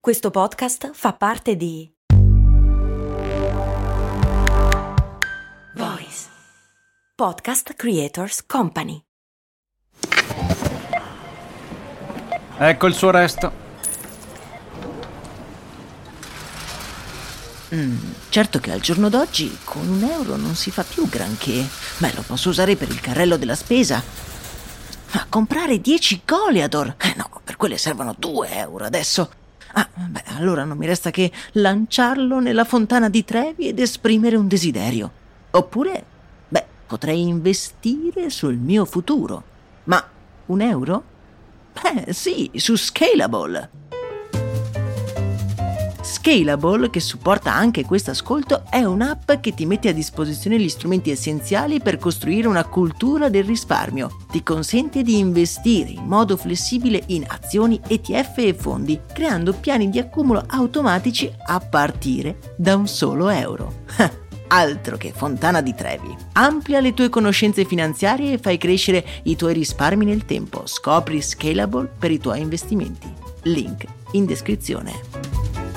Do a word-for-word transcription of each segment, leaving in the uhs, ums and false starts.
Questo podcast fa parte di Voice Podcast Creators Company. Ecco il suo resto. Mm, certo che al giorno d'oggi con un euro non si fa più granché. Beh, lo posso usare per il carrello della spesa. Ma comprare dieci Goliador? Eh no, per quelle servono due euro adesso. Ah, beh, allora non mi resta che lanciarlo nella fontana di Trevi ed esprimere un desiderio. Oppure, beh, potrei investire sul mio futuro. Ma un euro? Beh, sì, su Scalable. Scalable, che supporta anche questo ascolto, è un'app che ti mette a disposizione gli strumenti essenziali per costruire una cultura del risparmio. Ti consente di investire in modo flessibile in azioni, E T F e fondi, creando piani di accumulo automatici a partire da un solo euro. Altro che fontana di Trevi. Amplia le tue conoscenze finanziarie e fai crescere i tuoi risparmi nel tempo. Scopri Scalable per i tuoi investimenti. Link in descrizione.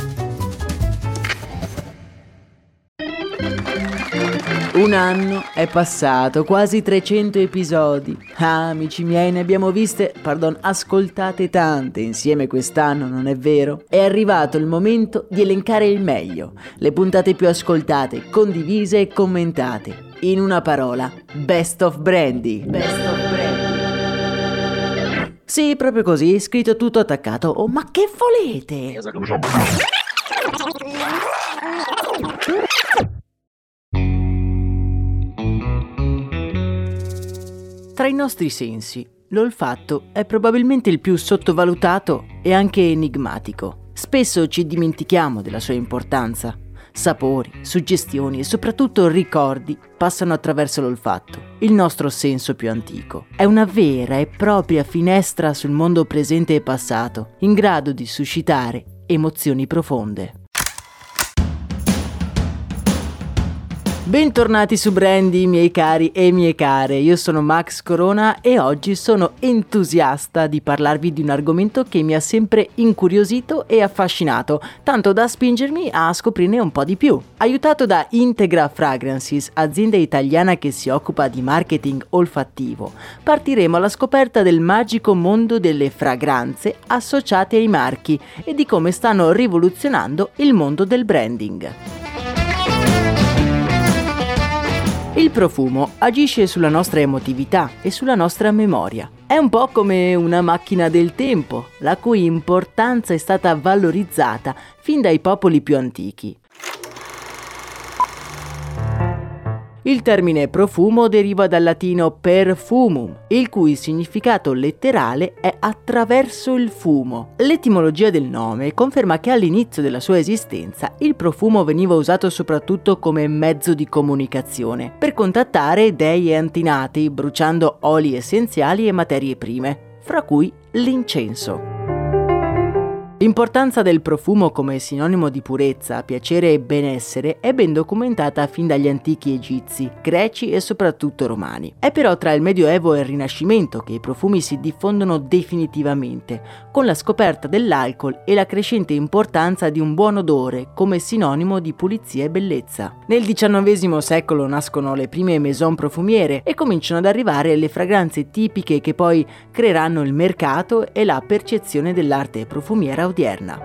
Un anno è passato, quasi trecento episodi. Ah, amici miei, ne abbiamo viste, pardon, ascoltate tante insieme quest'anno, non è vero? È arrivato il momento di elencare il meglio, le puntate più ascoltate, condivise e commentate. In una parola, Best of Brandy. Best of Brandy. Sì, proprio così, scritto tutto attaccato. Oh, ma che volete? Tra i nostri sensi, l'olfatto è probabilmente il più sottovalutato e anche enigmatico. Spesso ci dimentichiamo della sua importanza. Sapori, suggestioni e soprattutto ricordi passano attraverso l'olfatto, il nostro senso più antico. È una vera e propria finestra sul mondo presente e passato, in grado di suscitare emozioni profonde. Bentornati su Brandy, miei cari e mie care, io sono Max Corona e oggi sono entusiasta di parlarvi di un argomento che mi ha sempre incuriosito e affascinato, tanto da spingermi a scoprirne un po' di più. Aiutato da Integra Fragrances, azienda italiana che si occupa di marketing olfattivo, partiremo alla scoperta del magico mondo delle fragranze associate ai marchi e di come stanno rivoluzionando il mondo del branding. Il profumo agisce sulla nostra emotività e sulla nostra memoria. È un po' come una macchina del tempo, la cui importanza è stata valorizzata fin dai popoli più antichi. Il termine profumo deriva dal latino perfumum, il cui significato letterale è attraverso il fumo. L'etimologia del nome conferma che all'inizio della sua esistenza il profumo veniva usato soprattutto come mezzo di comunicazione, per contattare dei e antenati, bruciando oli essenziali e materie prime, fra cui l'incenso. L'importanza del profumo come sinonimo di purezza, piacere e benessere è ben documentata fin dagli antichi egizi, greci e soprattutto romani. È però tra il Medioevo e il Rinascimento che i profumi si diffondono definitivamente, con la scoperta dell'alcol e la crescente importanza di un buon odore come sinonimo di pulizia e bellezza. Nel diciannovesimo secolo nascono le prime maison profumiere e cominciano ad arrivare le fragranze tipiche che poi creeranno il mercato e la percezione dell'arte profumiera odierna.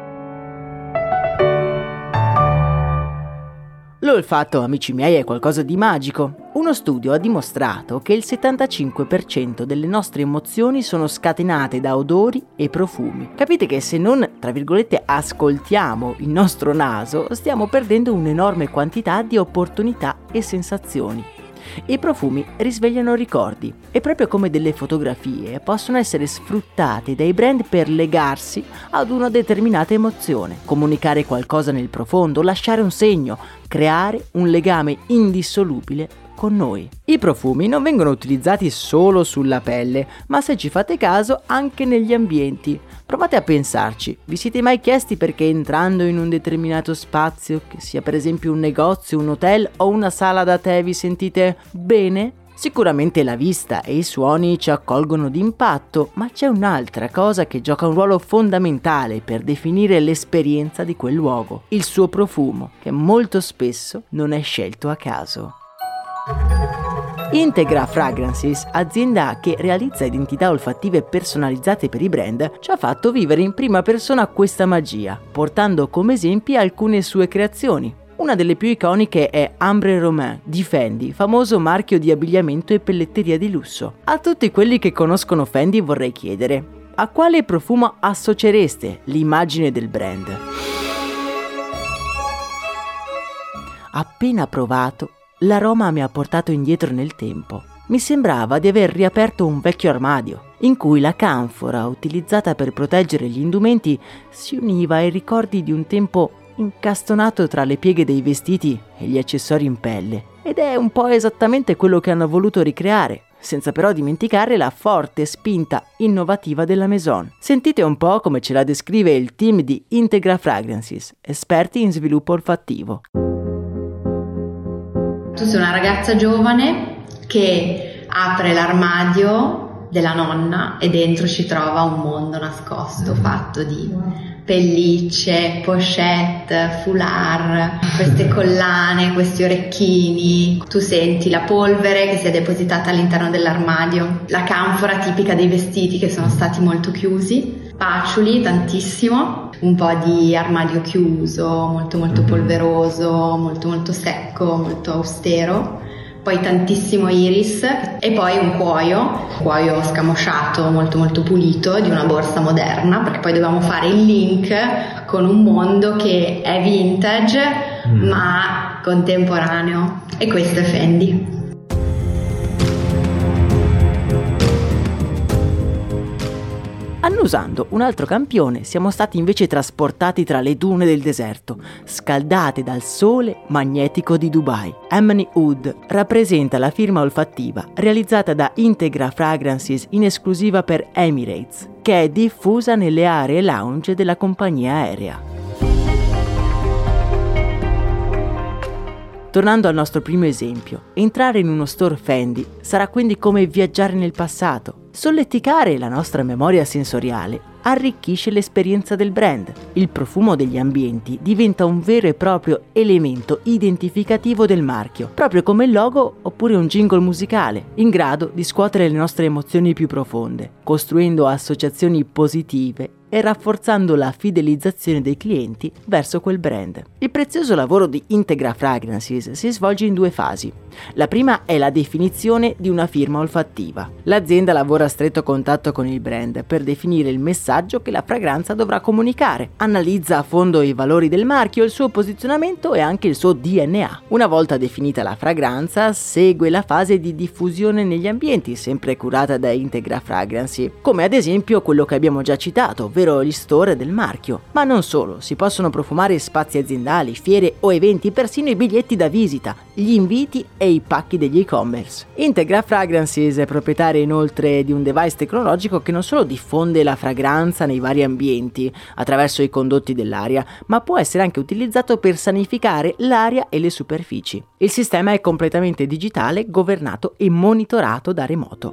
L'olfatto, amici miei, è qualcosa di magico. Uno studio ha dimostrato che il settantacinque per cento delle nostre emozioni sono scatenate da odori e profumi. Capite che se non, tra virgolette, ascoltiamo il nostro naso, stiamo perdendo un'enorme quantità di opportunità e sensazioni. I profumi risvegliano ricordi e proprio come delle fotografie possono essere sfruttate dai brand per legarsi ad una determinata emozione, comunicare qualcosa nel profondo, lasciare un segno, creare un legame indissolubile con noi. I profumi non vengono utilizzati solo sulla pelle, ma se ci fate caso anche negli ambienti. Provate a pensarci, vi siete mai chiesti perché entrando in un determinato spazio, che sia per esempio un negozio, un hotel o una sala da tè, vi sentite bene? Sicuramente la vista e i suoni ci accolgono d'impatto, ma c'è un'altra cosa che gioca un ruolo fondamentale per definire l'esperienza di quel luogo: il suo profumo, che molto spesso non è scelto a caso. Integra Fragrances, azienda che realizza identità olfattive personalizzate per i brand, ci ha fatto vivere in prima persona questa magia, portando come esempi alcune sue creazioni. Una delle più iconiche è Ambre Romain di Fendi, famoso marchio di abbigliamento e pelletteria di lusso. A tutti quelli che conoscono Fendi vorrei chiedere: a quale profumo associereste l'immagine del brand? Appena provato, l'aroma mi ha portato indietro nel tempo. Mi sembrava di aver riaperto un vecchio armadio, in cui la canfora utilizzata per proteggere gli indumenti si univa ai ricordi di un tempo incastonato tra le pieghe dei vestiti e gli accessori in pelle. Ed è un po' esattamente quello che hanno voluto ricreare, senza però dimenticare la forte spinta innovativa della Maison. Sentite un po' come ce la descrive il team di Integra Fragrances, esperti in sviluppo olfattivo. Tu sei una ragazza giovane che apre l'armadio della nonna e dentro ci trova un mondo nascosto fatto di pellicce, pochette, foulard, queste collane, questi orecchini. Tu senti la polvere che si è depositata all'interno dell'armadio, la canfora tipica dei vestiti che sono stati molto chiusi, patchouli tantissimo, un po' di armadio chiuso, molto molto polveroso, molto molto secco, molto austero. Poi tantissimo iris e poi un cuoio, cuoio scamosciato molto molto pulito di una borsa moderna, perché poi dovevamo fare il link con un mondo che è vintage mm. ma contemporaneo, e questo è Fendi. Annusando un altro campione, siamo stati invece trasportati tra le dune del deserto, scaldate dal sole magnetico di Dubai. Amni Oud rappresenta la firma olfattiva realizzata da Integra Fragrances in esclusiva per Emirates, che è diffusa nelle aree lounge della compagnia aerea. Tornando al nostro primo esempio, entrare in uno store Fendi sarà quindi come viaggiare nel passato. Solleticare la nostra memoria sensoriale arricchisce l'esperienza del brand. Il profumo degli ambienti diventa un vero e proprio elemento identificativo del marchio, proprio come il logo oppure un jingle musicale, in grado di scuotere le nostre emozioni più profonde, costruendo associazioni positive e rafforzando la fidelizzazione dei clienti verso quel brand. Il prezioso lavoro di Integra Fragrances si svolge in due fasi. La prima è la definizione di una firma olfattiva. L'azienda lavora a stretto contatto con il brand per definire il messaggio che la fragranza dovrà comunicare. Analizza a fondo i valori del marchio, il suo posizionamento e anche il suo D N A. Una volta definita la fragranza, segue la fase di diffusione negli ambienti, sempre curata da Integra Fragrances, come ad esempio quello che abbiamo già citato, ovvero gli store del marchio. Ma non solo, si possono profumare spazi aziendali, fiere o eventi, persino i biglietti da visita, gli inviti e i pacchi degli e-commerce. Integra Fragrances è proprietaria inoltre di un device tecnologico che non solo diffonde la fragranza nei vari ambienti attraverso i condotti dell'aria, ma può essere anche utilizzato per sanificare l'aria e le superfici. Il sistema è completamente digitale, governato e monitorato da remoto.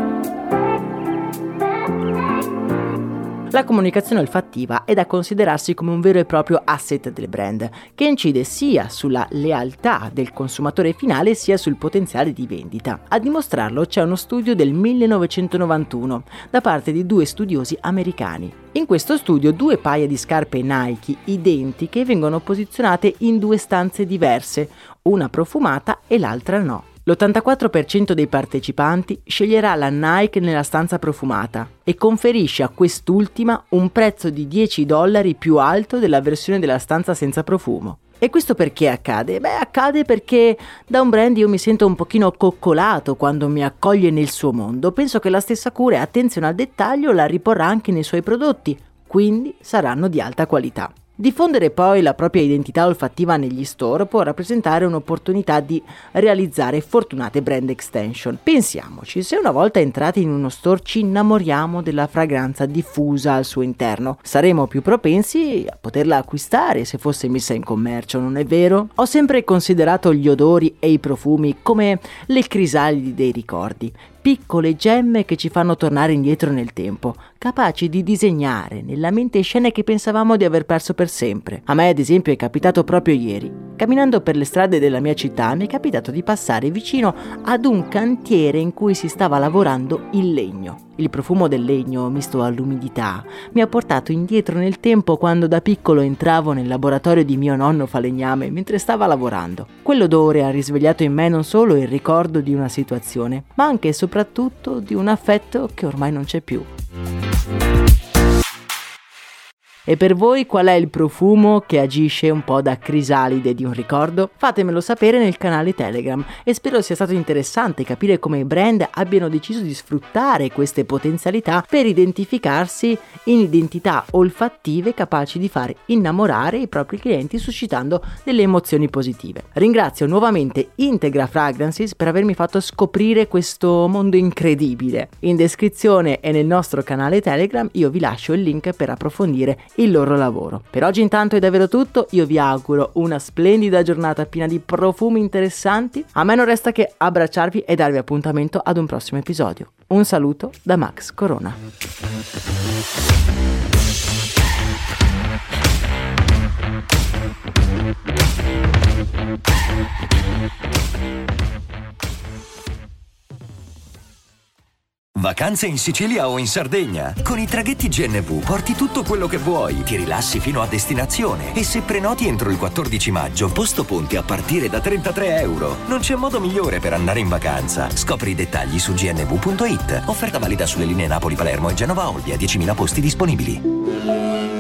La comunicazione olfattiva è da considerarsi come un vero e proprio asset del brand, che incide sia sulla lealtà del consumatore finale sia sul potenziale di vendita. A dimostrarlo c'è uno studio del millenovecentonovantuno da parte di due studiosi americani. In questo studio due paia di scarpe Nike identiche vengono posizionate in due stanze diverse, una profumata e l'altra no. L'ottantaquattro per cento dei partecipanti sceglierà la Nike nella stanza profumata e conferisce a quest'ultima un prezzo di dieci dollari più alto della versione della stanza senza profumo. E questo perché accade? Beh, accade perché da un brand io mi sento un pochino coccolato quando mi accoglie nel suo mondo. Penso che la stessa cura e attenzione al dettaglio la riporrà anche nei suoi prodotti, quindi saranno di alta qualità. Diffondere poi la propria identità olfattiva negli store può rappresentare un'opportunità di realizzare fortunate brand extension. Pensiamoci, se una volta entrati in uno store ci innamoriamo della fragranza diffusa al suo interno, saremo più propensi a poterla acquistare se fosse messa in commercio, non è vero? Ho sempre considerato gli odori e i profumi come le crisalidi dei ricordi, piccole gemme che ci fanno tornare indietro nel tempo, capaci di disegnare nella mente scene che pensavamo di aver perso per sempre. A me, ad esempio, è capitato proprio ieri. Camminando per le strade della mia città mi è capitato di passare vicino ad un cantiere in cui si stava lavorando il legno. Il profumo del legno, misto all'umidità, mi ha portato indietro nel tempo quando da piccolo entravo nel laboratorio di mio nonno falegname mentre stava lavorando. Quell'odore ha risvegliato in me non solo il ricordo di una situazione, ma anche e soprattutto di un affetto che ormai non c'è più. E per voi qual è il profumo che agisce un po' da crisalide di un ricordo? Fatemelo sapere nel canale Telegram e spero sia stato interessante capire come i brand abbiano deciso di sfruttare queste potenzialità per identificarsi in identità olfattive capaci di far innamorare i propri clienti suscitando delle emozioni positive. Ringrazio nuovamente Integra Fragrances per avermi fatto scoprire questo mondo incredibile. In descrizione e nel nostro canale Telegram io vi lascio il link per approfondire il loro lavoro. Per oggi intanto è davvero tutto, io vi auguro una splendida giornata piena di profumi interessanti. A me non resta che abbracciarvi e darvi appuntamento ad un prossimo episodio. Un saluto da Max Corona. Vacanze in Sicilia o in Sardegna? Con i traghetti G N V porti tutto quello che vuoi, ti rilassi fino a destinazione e se prenoti entro il quattordici maggio, posto ponti a partire da trentatré euro. Non c'è modo migliore per andare in vacanza. Scopri i dettagli su g n v punto i t. Offerta valida sulle linee Napoli-Palermo e Genova-Olbia, diecimila posti disponibili.